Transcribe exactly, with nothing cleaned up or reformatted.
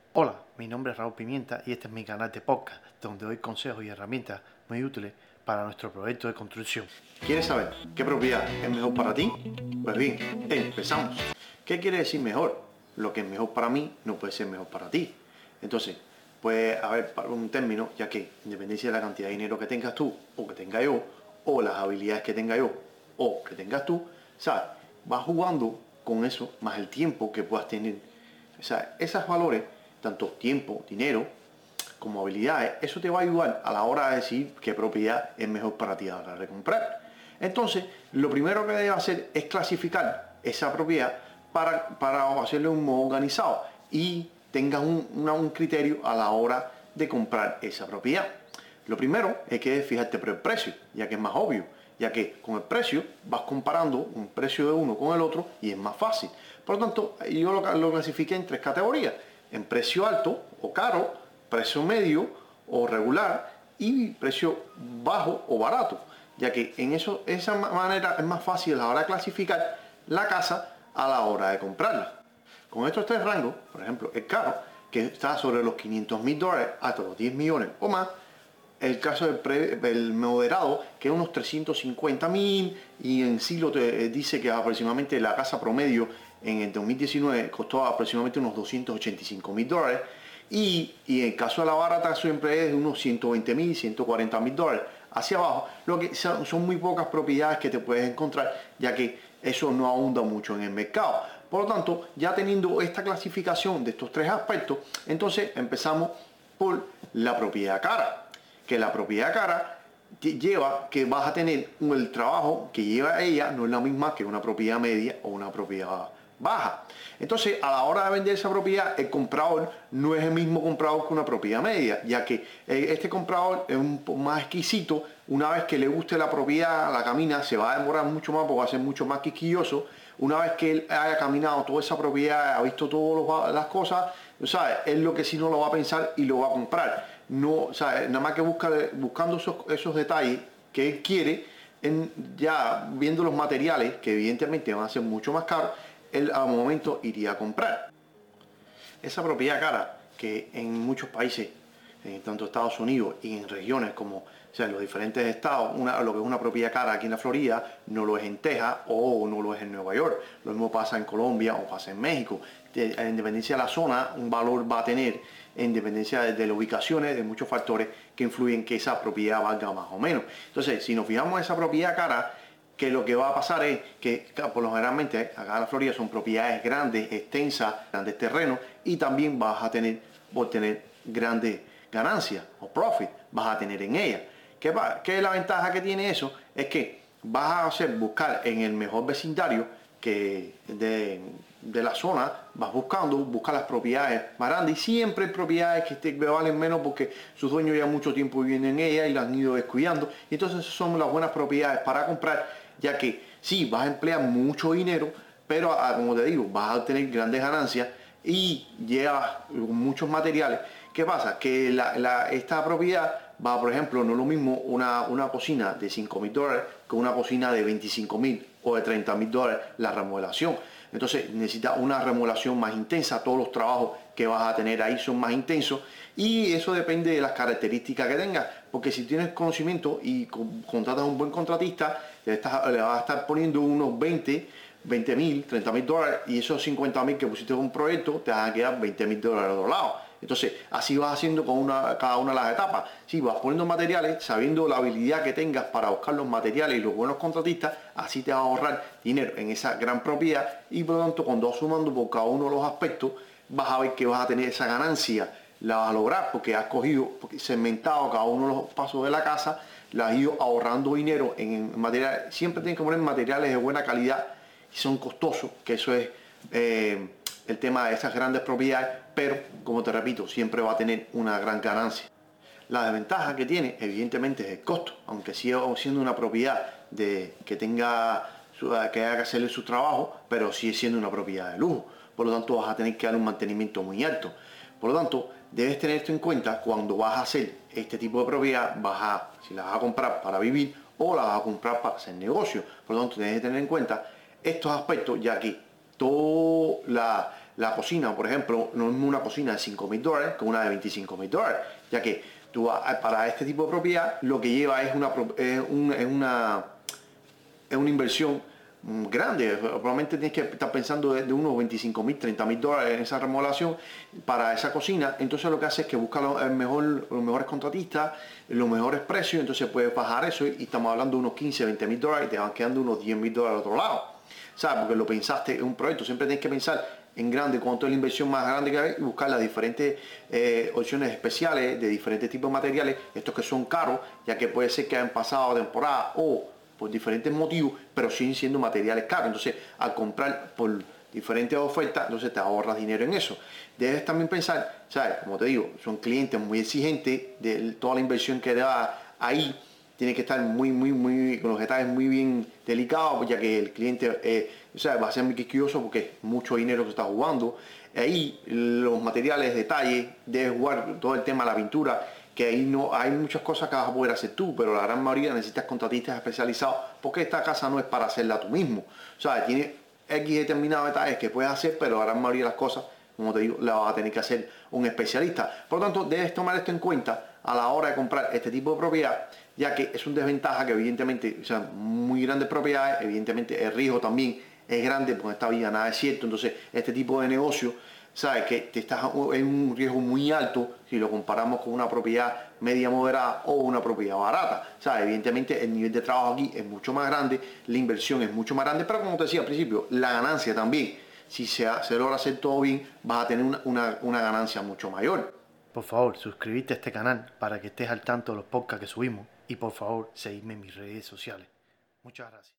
Hola, mi nombre es Raúl Pimienta y este es mi canal de podcast, donde doy consejos y herramientas muy útiles para nuestro proyecto de construcción. ¿Quieres saber qué propiedad es mejor para ti? Pues bien, empezamos. ¿Qué quiere decir mejor? Lo que es mejor para mí no puede ser mejor para ti. Entonces, puede haber un término, ya que independencia de la cantidad de dinero que tengas tú, o que tenga yo, o las habilidades que tenga yo, o que tengas tú, ¿sabes? Vas jugando con eso, más el tiempo que puedas tener. O sea, esos valores, tanto tiempo, dinero, como habilidades, eso te va a ayudar a la hora de decir qué propiedad es mejor para ti a la hora de comprar. Entonces, lo primero que debes hacer es clasificar esa propiedad para, para hacerle un modo organizado y tengas un, una, un criterio a la hora de comprar esa propiedad. Lo primero es que fijarte por el precio, ya que es más obvio, ya que con el precio vas comparando un precio de uno con el otro y es más fácil. Por lo tanto, yo lo, lo clasifiqué en tres categorías: en precio alto o caro, precio medio o regular y precio bajo o barato, ya que en eso, esa manera es más fácil a la hora de clasificar la casa a la hora de comprarla. Con estos tres rangos, por ejemplo, el caro, que está sobre los quinientos mil dólares hasta los diez millones o más; el caso del, pre, del moderado, que es unos trescientos cincuenta mil, y en sí lo te dice que aproximadamente la casa promedio en el dos mil diecinueve costó aproximadamente unos doscientos ochenta y cinco mil dólares. Y, y en el caso de la barata siempre es de unos ciento veinte mil, ciento cuarenta mil dólares hacia abajo, lo que son, son muy pocas propiedades que te puedes encontrar, ya que eso no abunda mucho en el mercado. Por lo tanto, ya teniendo esta clasificación de estos tres aspectos, entonces empezamos por la propiedad cara, que la propiedad cara lleva que vas a tener el trabajo que lleva ella no es la misma que una propiedad media o una propiedad baja. Entonces, a la hora de vender esa propiedad, el comprador no es el mismo comprador que una propiedad media, ya que este comprador es un poco más exquisito. Una vez que le guste la propiedad, la camina, se va a demorar mucho más porque va a ser mucho más quisquilloso. Una vez que él haya caminado toda esa propiedad, ha visto todas las cosas, ¿sabes? Él lo que sí no lo va a pensar y lo va a comprar. No, ¿sabes? Nada más que busca, buscando esos, esos detalles que él quiere, en, ya viendo los materiales, que evidentemente van a ser mucho más caros, él al momento iría a comprar. Esa propiedad cara, que en muchos países, en tanto Estados Unidos y en regiones como, o sea, en los diferentes estados, una, lo que es una propiedad cara aquí en la Florida, no lo es en Texas o no lo es en Nueva York. Lo mismo pasa en Colombia o pasa en México. En dependencia de la zona, un valor va a tener en dependencia de, de las ubicaciones, de muchos factores que influyen que esa propiedad valga más o menos. Entonces, si nos fijamos en esa propiedad cara, que lo que va a pasar es que por lo generalmente acá en la Florida son propiedades grandes, extensas, grandes terrenos, y también vas a tener, por tener grandes ganancias o profit vas a tener en ella. ¿Qué, ¿Qué es la ventaja que tiene eso? Es que vas a hacer buscar en el mejor vecindario que de, de la zona, vas buscando, buscar las propiedades más grandes, y siempre hay propiedades que te valen menos porque sus dueños ya mucho tiempo viven en ellas y las han ido descuidando. Y entonces son las buenas propiedades para comprar, ya que sí, vas a emplear mucho dinero, pero como te digo, vas a obtener grandes ganancias y llevas muchos materiales. ¿Qué pasa? Que la, la, esta propiedad va, por ejemplo, no es lo mismo una, una cocina de cinco mil dólares que una cocina de veinticinco mil o de treinta mil dólares la remodelación. Entonces necesita una remodelación más intensa, todos los trabajos que vas a tener ahí son más intensos, y eso depende de las características que tengas, porque si tienes conocimiento y contratas a un buen contratista, le, estás, le vas a estar poniendo unos veinte mil, treinta mil dólares, y esos cincuenta mil que pusiste en un proyecto te van a quedar veinte mil dólares al otro lado. Entonces, así vas haciendo con una, cada una de las etapas. Si vas poniendo materiales, sabiendo la habilidad que tengas para buscar los materiales y los buenos contratistas, así te vas a ahorrar dinero en esa gran propiedad, y por lo tanto, cuando vas sumando por cada uno de los aspectos, vas a ver que vas a tener esa ganancia, la vas a lograr porque has cogido, porque segmentado cada uno de los pasos de la casa, la has ido ahorrando dinero en materiales. Siempre tienes que poner materiales de buena calidad y son costosos, que eso es eh, el tema de esas grandes propiedades, pero como te repito, siempre va a tener una gran ganancia. La desventaja que tiene, evidentemente, es el costo, aunque siga siendo una propiedad de, que tenga que haya que hacerle su trabajo, pero sigue siendo una propiedad de lujo. Por lo tanto, vas a tener que dar un mantenimiento muy alto. Por lo tanto, debes tener esto en cuenta cuando vas a hacer este tipo de propiedad. Vas a, si la vas a comprar para vivir o la vas a comprar para hacer negocio. Por lo tanto, debes tener en cuenta estos aspectos, ya que toda la, la cocina, por ejemplo, no es una cocina de cinco mil dólares que una de veinticinco mil dólares, ya que tú, para este tipo de propiedad lo que lleva es una, es una, es una, es una inversión grande. Probablemente tienes que estar pensando de, de unos veinticinco mil, treinta mil dólares en esa remodelación para esa cocina. Entonces lo que hace es que busca los, el mejor, los mejores contratistas, los mejores precios, entonces puedes bajar eso y estamos hablando de unos quince, veinte mil dólares y te van quedando unos diez mil dólares al otro lado. ¿Sabes? Porque lo pensaste en un proyecto. Siempre tienes que pensar en grande cuánto es la inversión más grande que hay y buscar las diferentes eh, opciones especiales de diferentes tipos de materiales, estos que son caros, ya que puede ser que hayan pasado temporada o por diferentes motivos, pero siguen siendo materiales caros. Entonces, al comprar por diferentes ofertas, entonces te ahorras dinero en eso. Debes también pensar, ¿sabes? Como te digo, son clientes muy exigentes de toda la inversión que da ahí. Tiene que estar muy, muy, muy, con los detalles muy bien delicados, ya que el cliente eh, o sea, va a ser muy quisquilloso porque es mucho dinero que está jugando. Ahí los materiales, detalles, debes jugar todo el tema de la pintura, que ahí no hay muchas cosas que vas a poder hacer tú, pero la gran mayoría necesitas contratistas especializados porque esta casa no es para hacerla tú mismo. O sea, tiene X determinados detalles que puedes hacer, pero la gran mayoría de las cosas, como te digo, la vas a tener que hacer un especialista. Por lo tanto, debes tomar esto en cuenta a la hora de comprar este tipo de propiedad, ya que es una desventaja que evidentemente, o sea, muy grandes propiedades, evidentemente el riesgo también es grande, porque en esta vida nada es cierto. Entonces, este tipo de negocio, sabes que te estás en un riesgo muy alto si lo comparamos con una propiedad media moderada o una propiedad barata. ¿Sabes? Evidentemente el nivel de trabajo aquí es mucho más grande, la inversión es mucho más grande, pero como te decía al principio, la ganancia también. Si se, se logra hacer todo bien, vas a tener una, una, una ganancia mucho mayor. Por favor, suscríbete a este canal para que estés al tanto de los podcasts que subimos y por favor, seguidme en mis redes sociales. Muchas gracias.